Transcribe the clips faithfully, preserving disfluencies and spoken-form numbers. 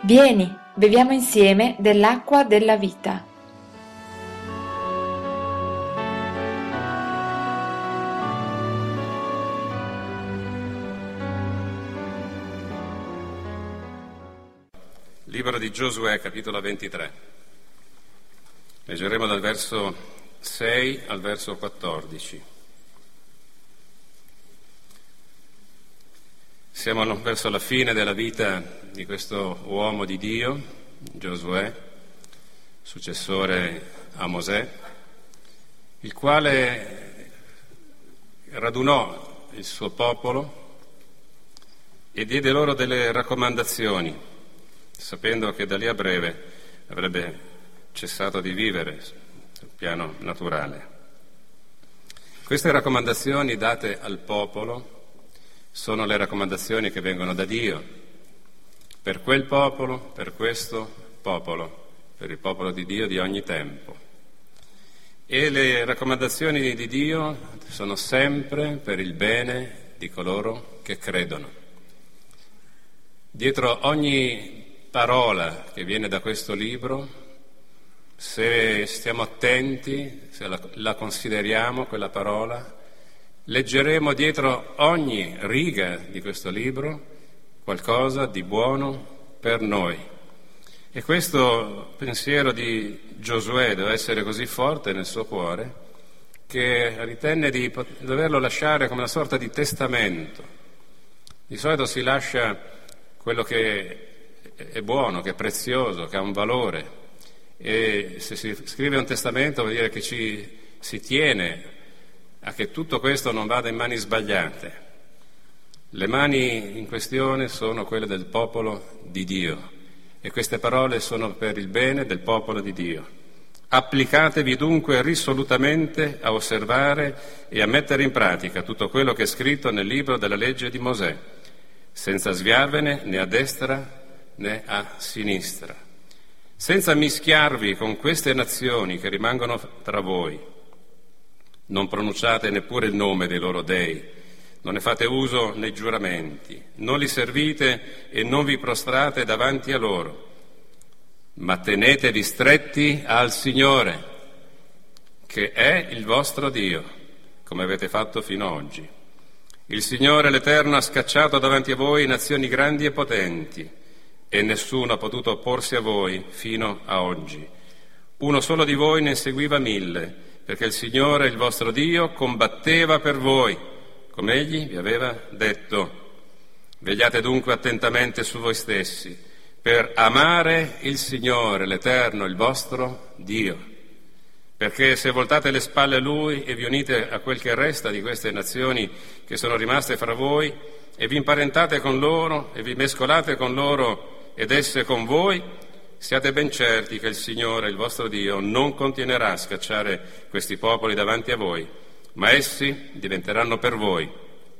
Vieni, beviamo insieme dell'acqua della vita. Libro di Giosuè, capitolo ventitré. Leggeremo dal verso sei al verso quattordici. Siamo verso la fine della vita di questo uomo di Dio, Giosuè, successore a Mosè, il quale radunò il suo popolo e diede loro delle raccomandazioni, sapendo che da lì a breve avrebbe cessato di vivere sul piano naturale. Queste raccomandazioni date al popolo sono le raccomandazioni che vengono da Dio per quel popolo, per questo popolo, per il popolo di Dio di ogni tempo. E le raccomandazioni di Dio sono sempre per il bene di coloro che credono. Dietro ogni parola che viene da questo libro, se stiamo attenti, se la, la consideriamo quella parola, leggeremo dietro ogni riga di questo libro qualcosa di buono per noi. E questo pensiero di Giosuè deve essere così forte nel suo cuore che ritenne di doverlo lasciare come una sorta di testamento. Di solito si lascia quello che è buono, che è prezioso, che ha un valore, e se si scrive un testamento vuol dire che ci si tiene a che tutto questo non vada in mani sbagliate. Le mani in questione sono quelle del popolo di Dio e queste parole sono per il bene del popolo di Dio. Applicatevi dunque risolutamente a osservare e a mettere in pratica tutto quello che è scritto nel libro della legge di Mosè, senza sviarvene né a destra né a sinistra, senza mischiarvi con queste nazioni che rimangono tra voi. Non pronunciate neppure il nome dei loro dei, non ne fate uso nei giuramenti, non li servite e non vi prostrate davanti a loro, ma tenetevi stretti al Signore, che è il vostro Dio, come avete fatto fino ad oggi. Il Signore l'Eterno ha scacciato davanti a voi nazioni grandi e potenti, e nessuno ha potuto opporsi a voi fino a oggi. Uno solo di voi ne inseguiva mille, perché il Signore, il vostro Dio, combatteva per voi, come Egli vi aveva detto. Vegliate dunque attentamente su voi stessi, per amare il Signore, l'Eterno, il vostro Dio. Perché se voltate le spalle a Lui e vi unite a quel che resta di queste nazioni che sono rimaste fra voi, e vi imparentate con loro, e vi mescolate con loro ed esse con voi, siate ben certi che il Signore, il vostro Dio, non continuerà a scacciare questi popoli davanti a voi, ma essi diventeranno per voi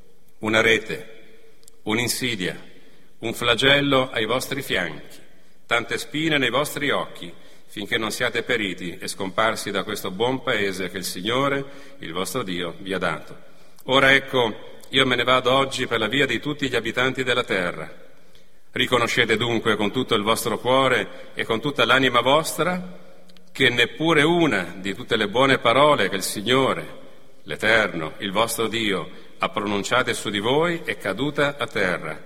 una rete, un'insidia, un flagello ai vostri fianchi, tante spine nei vostri occhi, finché non siate periti e scomparsi da questo buon paese che il Signore, il vostro Dio, vi ha dato. Ora ecco, io me ne vado oggi per la via di tutti gli abitanti della terra. Riconoscete dunque con tutto il vostro cuore e con tutta l'anima vostra che neppure una di tutte le buone parole che il Signore, l'Eterno, il vostro Dio, ha pronunciate su di voi è caduta a terra.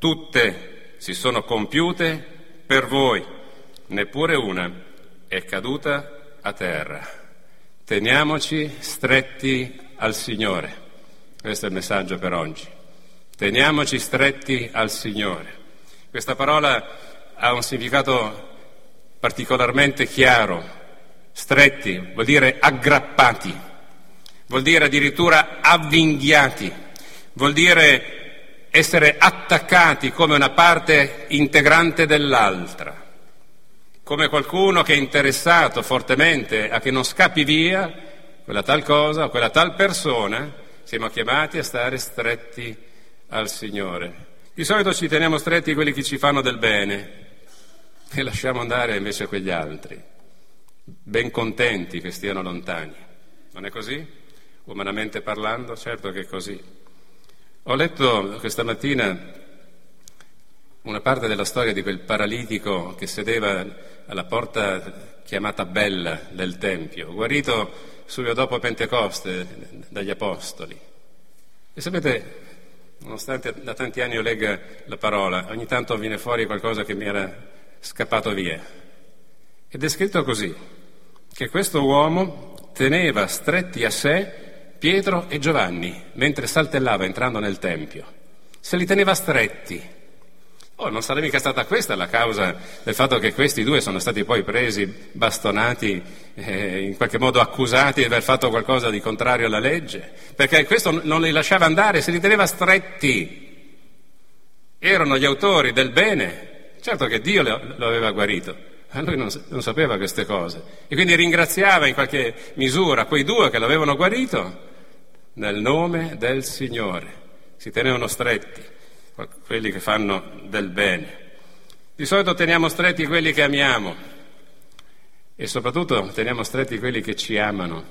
Tutte si sono compiute per voi, neppure una è caduta a terra. Teniamoci stretti al Signore. Questo è il messaggio per oggi. Teniamoci stretti al Signore. Questa parola ha un significato particolarmente chiaro. Stretti vuol dire aggrappati, vuol dire addirittura avvinghiati, vuol dire essere attaccati come una parte integrante dell'altra, come qualcuno che è interessato fortemente a che non scappi via quella tal cosa, quella tal persona. Siamo chiamati a stare stretti al Signore. Di solito ci teniamo stretti quelli che ci fanno del bene e lasciamo andare invece quegli altri, ben contenti che stiano lontani. Non è così? Umanamente parlando, certo che è così. Ho letto questa mattina una parte della storia di quel paralitico che sedeva alla porta chiamata Bella del Tempio, guarito subito dopo Pentecoste dagli Apostoli. E sapete, nonostante da tanti anni io legga la parola, ogni tanto viene fuori qualcosa che mi era scappato via. Ed è scritto così, che questo uomo teneva stretti a sé Pietro e Giovanni mentre saltellava entrando nel Tempio. Se li teneva stretti. Oh, non sarebbe mica stata questa la causa del fatto che questi due sono stati poi presi, bastonati, eh, in qualche modo accusati di aver fatto qualcosa di contrario alla legge, perché questo non li lasciava andare, se li teneva stretti. Erano gli autori del bene, certo che Dio lo aveva guarito, ma lui non, non sapeva queste cose, e quindi ringraziava in qualche misura quei due che l'avevano guarito nel nome del Signore. Si tenevano stretti quelli che fanno del bene. Di solito teniamo stretti quelli che amiamo e soprattutto teniamo stretti quelli che ci amano.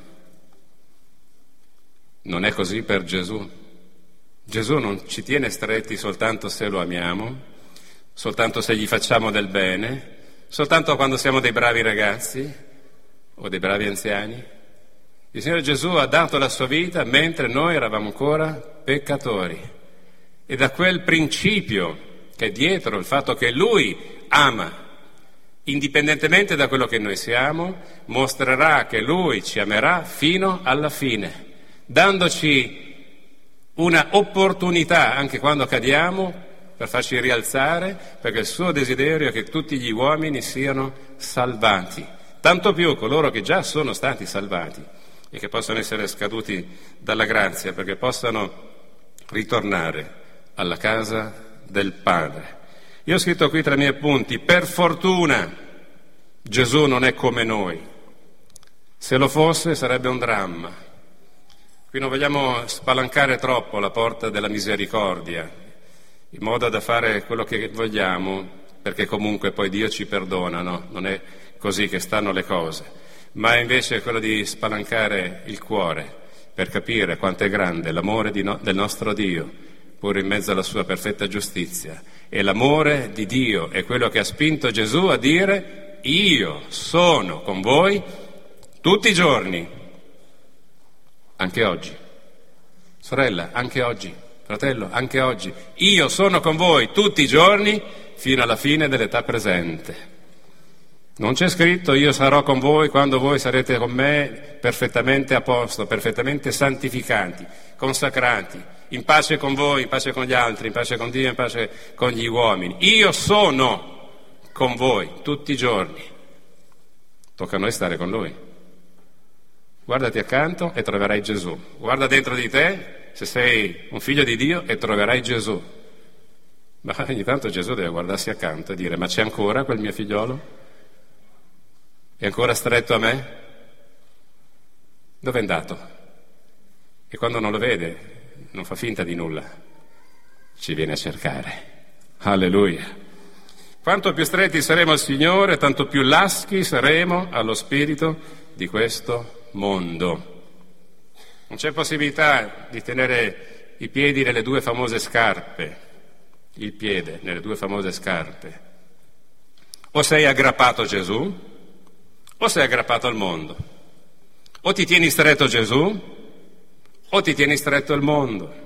Non è così per Gesù. Gesù non ci tiene stretti soltanto se lo amiamo, soltanto se gli facciamo del bene, soltanto quando siamo dei bravi ragazzi o dei bravi anziani. Il Signore Gesù ha dato la sua vita mentre noi eravamo ancora peccatori. E da quel principio che è dietro il fatto che Lui ama, indipendentemente da quello che noi siamo, mostrerà che Lui ci amerà fino alla fine, dandoci una opportunità anche quando cadiamo per farci rialzare, perché il suo desiderio è che tutti gli uomini siano salvati, tanto più coloro che già sono stati salvati e che possono essere scaduti dalla grazia, perché possano ritornare alla casa del Padre. Io ho scritto qui tra i miei appunti: per fortuna Gesù non è come noi. Se lo fosse sarebbe un dramma. Qui non vogliamo spalancare troppo la porta della misericordia, in modo da fare quello che vogliamo, perché comunque poi Dio ci perdona, no? Non è così che stanno le cose, ma è invece quello di spalancare il cuore per capire quanto è grande l'amore di no- del nostro Dio, pur in mezzo alla sua perfetta giustizia. E l'amore di Dio è quello che ha spinto Gesù a dire: io sono con voi tutti i giorni, anche oggi. Sorella, anche oggi. Fratello, anche oggi. Io sono con voi tutti i giorni fino alla fine dell'età presente. Non c'è scritto: io sarò con voi quando voi sarete con me perfettamente a posto, perfettamente santificati, consacrati, in pace con voi, in pace con gli altri, in pace con Dio, in pace con gli uomini. Io sono con voi tutti i giorni. Tocca a noi stare con Lui. Guardati accanto e troverai Gesù. Guarda dentro di te, se sei un figlio di Dio, e troverai Gesù. Ma ogni tanto Gesù deve guardarsi accanto e dire: ma c'è ancora quel mio figliolo? È ancora stretto a me? Dove è andato? E quando non lo vede, non fa finta di nulla, ci viene a cercare. Alleluia. Quanto più stretti saremo al Signore, tanto più laschi saremo allo spirito di questo mondo. Non c'è possibilità di tenere i piedi nelle due famose scarpe, il piede nelle due famose scarpe. O sei aggrappato a Gesù, o sei aggrappato al mondo. O ti tieni stretto a Gesù, o ti tieni stretto al mondo.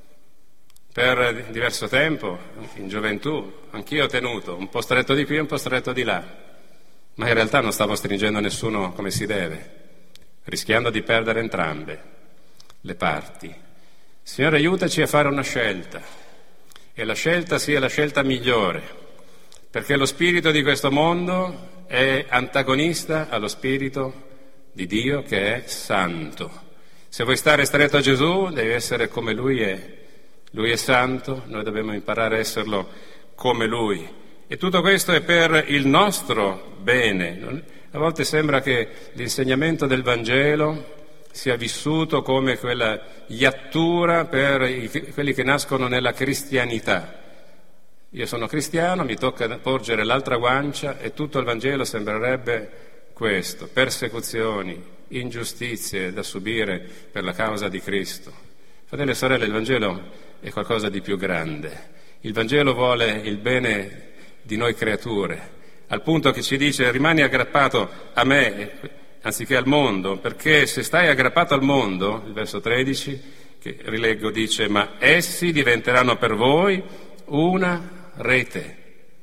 Per diverso tempo, in gioventù, anch'io ho tenuto un po' stretto di qui e un po' stretto di là, ma in realtà non stavo stringendo nessuno come si deve, rischiando di perdere entrambe le parti. Signore, aiutaci a fare una scelta, e la scelta sia la scelta migliore, perché lo spirito di questo mondo è antagonista allo spirito di Dio che è santo. Se vuoi stare stretto a Gesù, devi essere come Lui è. Lui è santo, noi dobbiamo imparare a esserlo come Lui. E tutto questo è per il nostro bene. A volte sembra che l'insegnamento del Vangelo sia vissuto come quella iattura per i, quelli che nascono nella cristianità. Io sono cristiano, mi tocca porgere l'altra guancia, e tutto il Vangelo sembrerebbe questo: persecuzioni, ingiustizie da subire per la causa di Cristo. Fratelli e sorelle, il Vangelo è qualcosa di più grande. Il Vangelo vuole il bene di noi creature, al punto che ci dice rimani aggrappato a me anziché al mondo, perché se stai aggrappato al mondo, il verso tredici, che rileggo, dice ma essi diventeranno per voi una rete.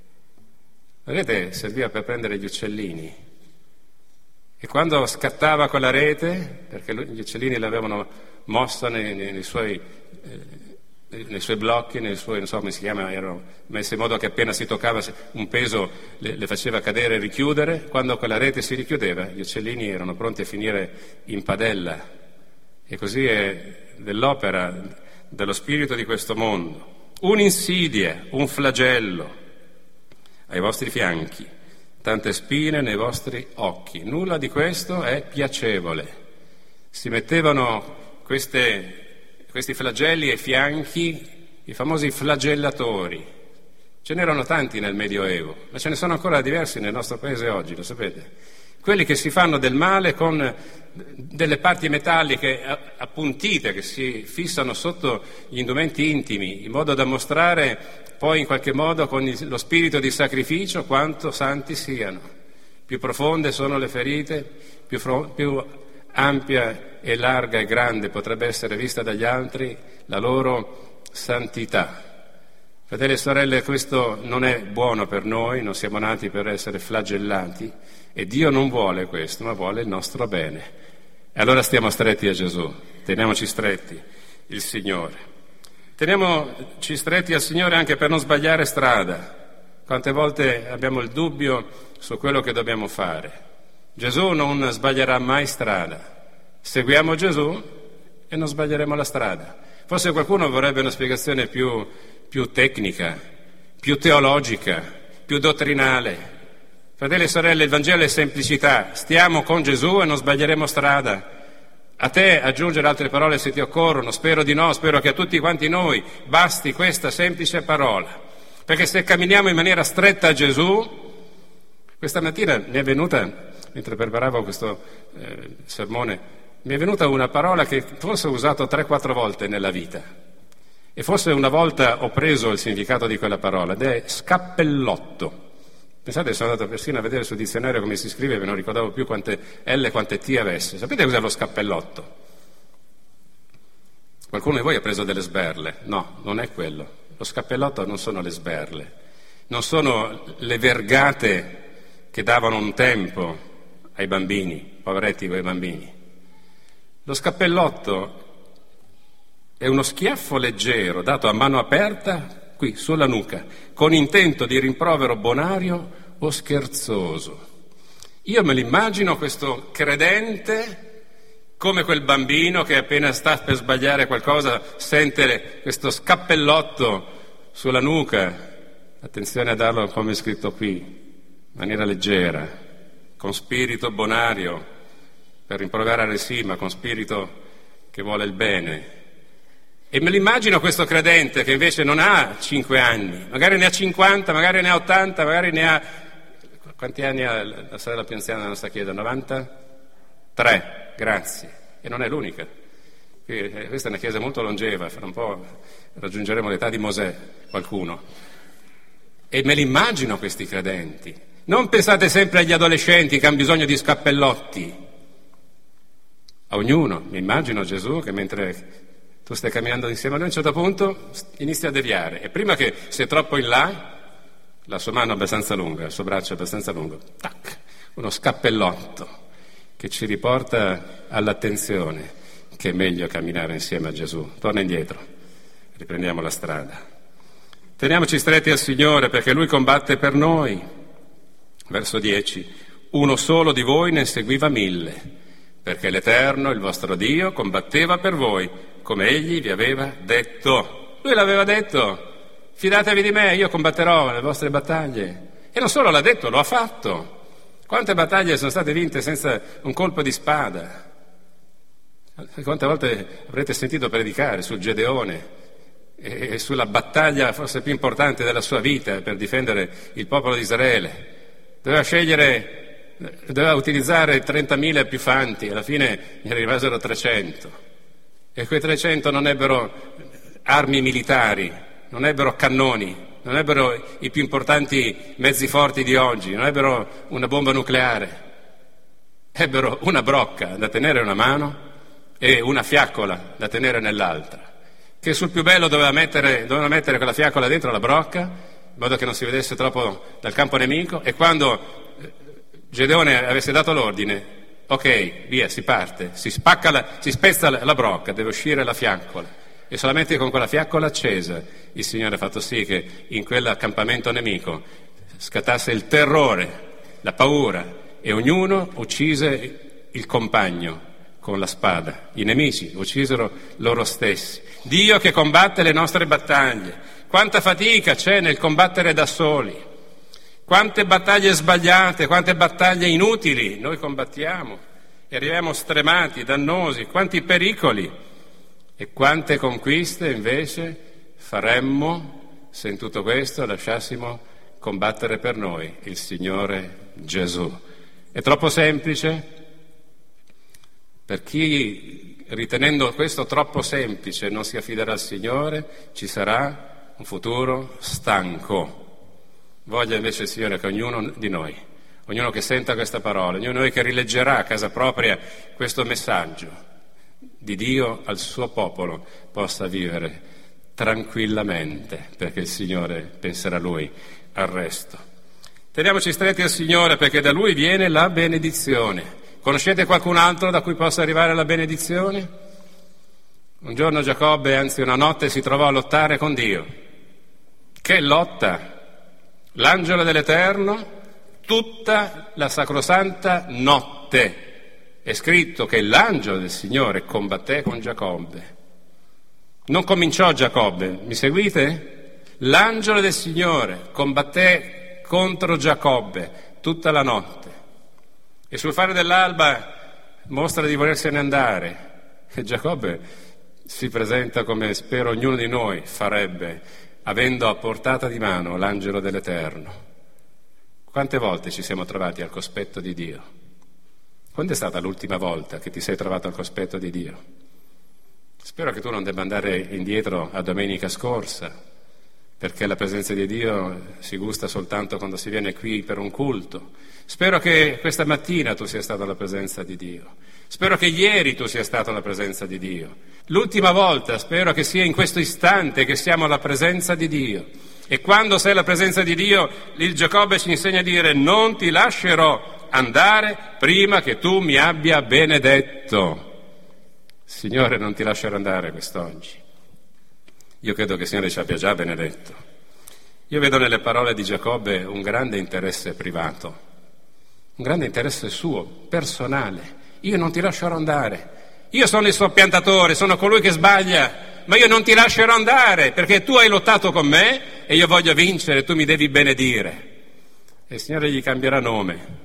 La rete serviva per prendere gli uccellini e quando scattava quella rete, perché gli uccellini l'avevano mossa nei, nei, nei suoi... Eh, nei suoi blocchi, nei suoi, non so come si chiama, erano messi in modo che appena si toccava un peso le, le faceva cadere e richiudere. Quando quella rete si richiudeva, gli uccellini erano pronti a finire in padella. E così è dell'opera dello spirito di questo mondo. Un'insidia, un flagello ai vostri fianchi, tante spine nei vostri occhi. Nulla di questo è piacevole. Si mettevano queste questi flagelli ai fianchi, i famosi flagellatori. Ce n'erano tanti nel Medioevo, ma ce ne sono ancora diversi nel nostro paese oggi, lo sapete? Quelli che si fanno del male con delle parti metalliche appuntite che si fissano sotto gli indumenti intimi, in modo da mostrare poi in qualche modo con lo spirito di sacrificio quanto santi siano. Più profonde sono le ferite, più, fro- più ampia e larga e grande potrebbe essere vista dagli altri la loro santità. Fratelli e sorelle, questo non è buono per noi, non siamo nati per essere flagellati e Dio non vuole questo, ma vuole il nostro bene. E allora stiamo stretti a Gesù, teniamoci stretti il Signore. Teniamoci stretti al Signore anche per non sbagliare strada. Quante volte abbiamo il dubbio su quello che dobbiamo fare. Gesù non sbaglierà mai strada. Seguiamo Gesù e non sbaglieremo la strada. Forse qualcuno vorrebbe una spiegazione più, più tecnica, più teologica, più dottrinale. Fratelli e sorelle, il Vangelo è semplicità. Stiamo con Gesù e non sbaglieremo strada. A te aggiungere altre parole se ti occorrono, spero di no, spero che a tutti quanti noi basti questa semplice parola. Perché se camminiamo in maniera stretta a Gesù, questa mattina mi è venuta, mentre preparavo questo eh, sermone, mi è venuta una parola che forse ho usato tre quattro volte nella vita e forse una volta ho preso il significato di quella parola ed è scappellotto. Pensate, sono andato persino a vedere sul dizionario come si scrive, non ricordavo più quante L e quante T avesse. Sapete cos'è lo scappellotto? Qualcuno di voi ha preso delle sberle? No, non è quello. Lo scappellotto non sono le sberle, non sono le vergate che davano un tempo ai bambini, poveretti quei bambini. Lo scappellotto è uno schiaffo leggero dato a mano aperta qui sulla nuca, con intento di rimprovero bonario o scherzoso. Io me l'immagino questo credente come quel bambino che appena sta per sbagliare qualcosa sente questo scappellotto sulla nuca. Attenzione a darlo come è scritto qui, in maniera leggera, con spirito bonario, per rimproverare sì, ma con spirito che vuole il bene. E me l'immagino questo credente che invece non ha cinque anni, magari ne ha cinquanta, magari ne ha ottanta, magari ne ha... Quanti anni ha la sorella più anziana della nostra chiesa? novantatré, grazie. E non è l'unica. Questa è una chiesa molto longeva, fra un po' raggiungeremo l'età di Mosè, qualcuno. E me l'immagino questi credenti. Non pensate sempre agli adolescenti che hanno bisogno di scappellotti. A ognuno, mi immagino Gesù che mentre tu stai camminando insieme a lui a un certo punto inizia a deviare e prima che sia troppo in là, la sua mano è abbastanza lunga, il suo braccio è abbastanza lungo, tac, uno scappellotto che ci riporta all'attenzione che è meglio camminare insieme a Gesù. Torna indietro, riprendiamo la strada. Teniamoci stretti al Signore perché Lui combatte per noi. Verso dieci, uno solo di voi ne seguiva mille, perché l'Eterno, il vostro Dio, combatteva per voi, come Egli vi aveva detto. Lui l'aveva detto, fidatevi di me, io combatterò le vostre battaglie. E non solo l'ha detto, lo ha fatto. Quante battaglie sono state vinte senza un colpo di spada? Quante volte avrete sentito predicare sul Gedeone e sulla battaglia forse più importante della sua vita per difendere il popolo di Israele? Doveva scegliere... Doveva utilizzare trentamila più fanti, alla fine ne rimasero trecento. E quei trecento non ebbero armi militari, non ebbero cannoni, non ebbero i più importanti mezzi forti di oggi, non ebbero una bomba nucleare, ebbero una brocca da tenere in una mano e una fiaccola da tenere nell'altra, che sul più bello doveva mettere, doveva mettere quella fiaccola dentro la brocca, in modo che non si vedesse troppo dal campo nemico, e quando Gedeone avesse dato l'ordine, ok, via, si parte, si spacca, la, si spezza la, la brocca, deve uscire la fiaccola, e solamente con quella fiaccola accesa il Signore ha fatto sì che in quell'accampamento nemico scattasse il terrore, la paura, e ognuno uccise il compagno con la spada. I nemici uccisero loro stessi. Dio che combatte le nostre battaglie. Quanta fatica c'è nel combattere da soli. Quante battaglie sbagliate, quante battaglie inutili noi combattiamo e arriviamo stremati, dannosi, quanti pericoli e quante conquiste invece faremmo se in tutto questo lasciassimo combattere per noi il Signore Gesù. È troppo semplice? Per chi, ritenendo questo troppo semplice, non si affiderà al Signore, ci sarà un futuro stanco. Voglia invece il Signore che ognuno di noi, ognuno che senta questa parola, ognuno di noi che rileggerà a casa propria questo messaggio di Dio al suo popolo, possa vivere tranquillamente, perché il Signore penserà a Lui al resto. Teniamoci stretti al Signore, perché da Lui viene la benedizione. Conoscete qualcun altro da cui possa arrivare la benedizione? Un giorno Giacobbe, anzi una notte, si trovò a lottare con Dio. Che lotta! L'angelo dell'Eterno, tutta la sacrosanta notte. È scritto che l'angelo del Signore combatté con Giacobbe. Non cominciò Giacobbe, mi seguite? L'angelo del Signore combatté contro Giacobbe tutta la notte. E sul fare dell'alba mostra di volersene andare. E Giacobbe si presenta come spero ognuno di noi farebbe, avendo a portata di mano l'angelo dell'Eterno. Quante volte ci siamo trovati al cospetto di Dio? Quando è stata l'ultima volta che ti sei trovato al cospetto di Dio? Spero che tu non debba andare indietro a domenica scorsa, perché la presenza di Dio si gusta soltanto quando si viene qui per un culto. Spero che questa mattina tu sia stato alla presenza di Dio. Spero che ieri tu sia stato alla presenza di Dio. L'ultima volta spero che sia in questo istante che siamo alla presenza di Dio. E quando sei alla presenza di Dio, il Giacobbe ci insegna a dire: non ti lascerò andare prima che tu mi abbia benedetto. Signore, non ti lascerò andare quest'oggi. Io credo che il Signore ci abbia già benedetto. Io vedo nelle parole di Giacobbe un grande interesse privato, un grande interesse suo, personale. Io non ti lascerò andare. Io sono il suo piantatore, sono colui che sbaglia, ma io non ti lascerò andare perché tu hai lottato con me e io voglio vincere, tu mi devi benedire. E il Signore gli cambierà nome.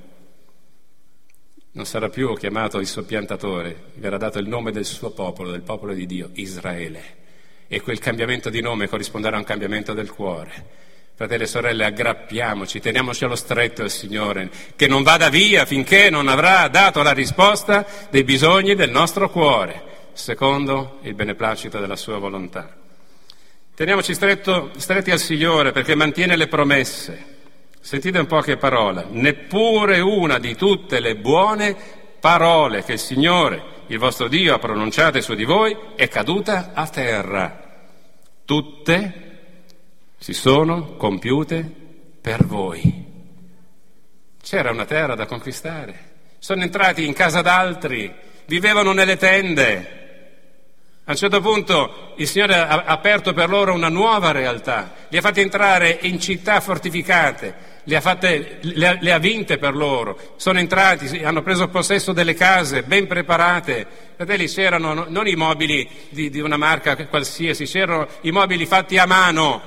Non sarà più chiamato il suo piantatore, gli verrà dato il nome del suo popolo, del popolo di Dio, Israele. E quel cambiamento di nome corrisponderà a un cambiamento del cuore. Fratelli e sorelle, aggrappiamoci, teniamoci allo stretto al Signore, che non vada via finché non avrà dato la risposta dei bisogni del nostro cuore, secondo il beneplacito della sua volontà. Teniamoci stretto, stretti al Signore, perché mantiene le promesse. Sentite un po' che parola: neppure una di tutte le buone parole che il Signore, il vostro Dio, ha pronunciate su di voi è caduta a terra. Tutte si sono compiute per voi. C'era una terra da conquistare. Sono entrati in casa d'altri, vivevano nelle tende. A un certo punto il Signore ha aperto per loro una nuova realtà, li ha fatti entrare in città fortificate, le ha, fatte, le, le ha vinte per loro, sono entrati, hanno preso possesso delle case ben preparate. Fratelli, c'erano non i mobili di, di una marca qualsiasi, c'erano i mobili fatti a mano,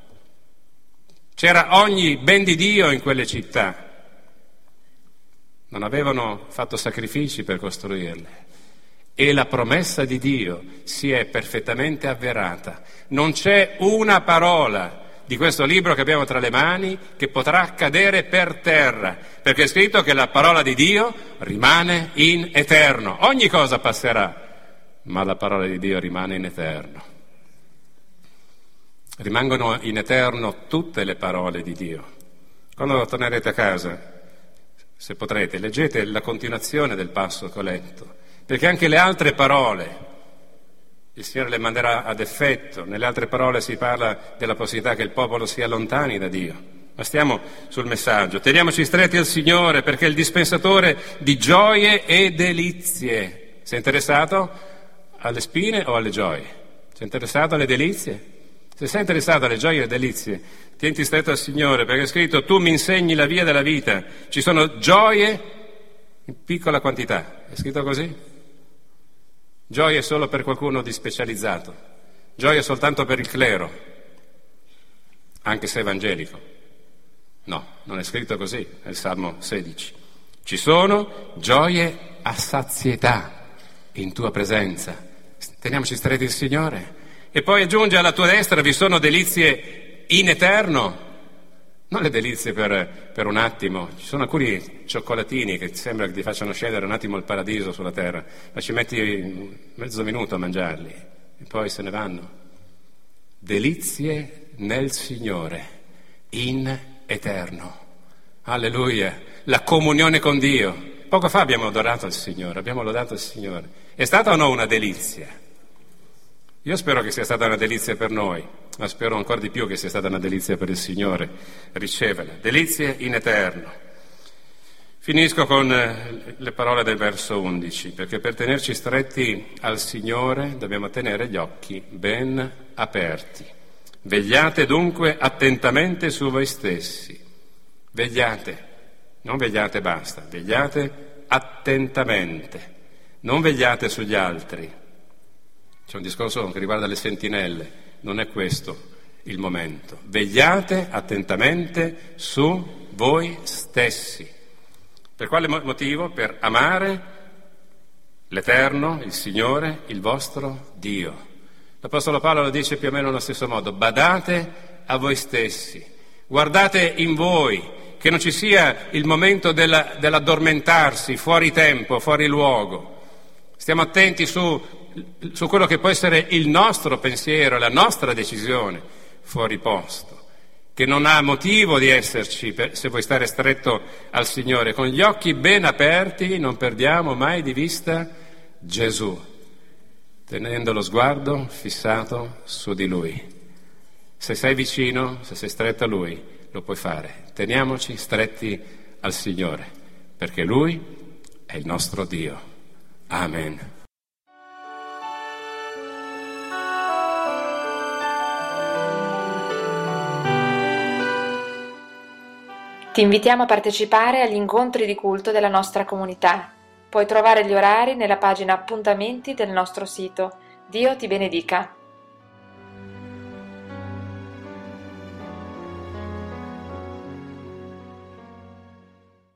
c'era ogni ben di Dio in quelle città. Non avevano fatto sacrifici per costruirle. E la promessa di Dio si è perfettamente avverata. Non c'è una parola di questo libro che abbiamo tra le mani che potrà cadere per terra, perché è scritto che la parola di Dio rimane in eterno. Ogni cosa passerà, ma la parola di Dio rimane in eterno. rimangono in eterno tutte le parole di Dio. Quando tornerete a casa, se potrete, leggete la continuazione del passo che ho letto, perché anche le altre parole il Signore le manderà ad effetto. Nelle altre parole si parla della possibilità che il popolo sia lontani da Dio. Ma stiamo sul messaggio. Teniamoci stretti al Signore, perché è il dispensatore di gioie e delizie. Sei interessato alle spine o alle gioie? Sei interessato alle delizie? Se sei interessato alle gioie e alle delizie, tienti stretto al Signore, perché è scritto: tu mi insegni la via della vita. Ci sono gioie in piccola quantità. È scritto così? Gioie solo per qualcuno di specializzato. Gioie soltanto per il clero, anche se evangelico. No, non è scritto così nel Salmo sedici. Ci sono gioie a sazietà in tua presenza. Teniamoci stretti il Signore. E poi aggiunge: alla tua destra vi sono delizie in eterno. Non le delizie per, per un attimo. Ci sono alcuni cioccolatini che sembra che ti facciano scendere un attimo il paradiso sulla terra, ma ci metti mezzo minuto a mangiarli e poi se ne vanno. Delizie nel Signore in eterno. Alleluia. La comunione con Dio. Poco fa abbiamo adorato il Signore, abbiamo lodato il Signore. È stata o no una delizia? Io spero che sia stata una delizia per noi, ma spero ancora di più che sia stata una delizia per il Signore. Ricevela. Delizie in eterno. Finisco con le parole del verso undici, perché per tenerci stretti al Signore dobbiamo tenere gli occhi ben aperti. Vegliate dunque attentamente su voi stessi. Vegliate, non vegliate basta, vegliate attentamente, non vegliate sugli altri. C'è un discorso che riguarda le sentinelle, non è questo il momento. Vegliate attentamente su voi stessi. Per quale motivo? Per amare l'Eterno, il Signore, il vostro Dio. L'Apostolo Paolo lo dice più o meno allo stesso modo: badate a voi stessi, guardate in voi, che non ci sia il momento della, dell'addormentarsi fuori tempo, fuori luogo. Stiamo attenti su su quello che può essere il nostro pensiero, la nostra decisione fuori posto, che non ha motivo di esserci per, se vuoi stare stretto al Signore. Con gli occhi ben aperti non perdiamo mai di vista Gesù, tenendo lo sguardo fissato su di Lui. Se sei vicino, se sei stretto a Lui, lo puoi fare. Teniamoci stretti al Signore, perché Lui è il nostro Dio. Amen. Ti invitiamo a partecipare agli incontri di culto della nostra comunità. Puoi trovare gli orari nella pagina appuntamenti del nostro sito. Dio ti benedica.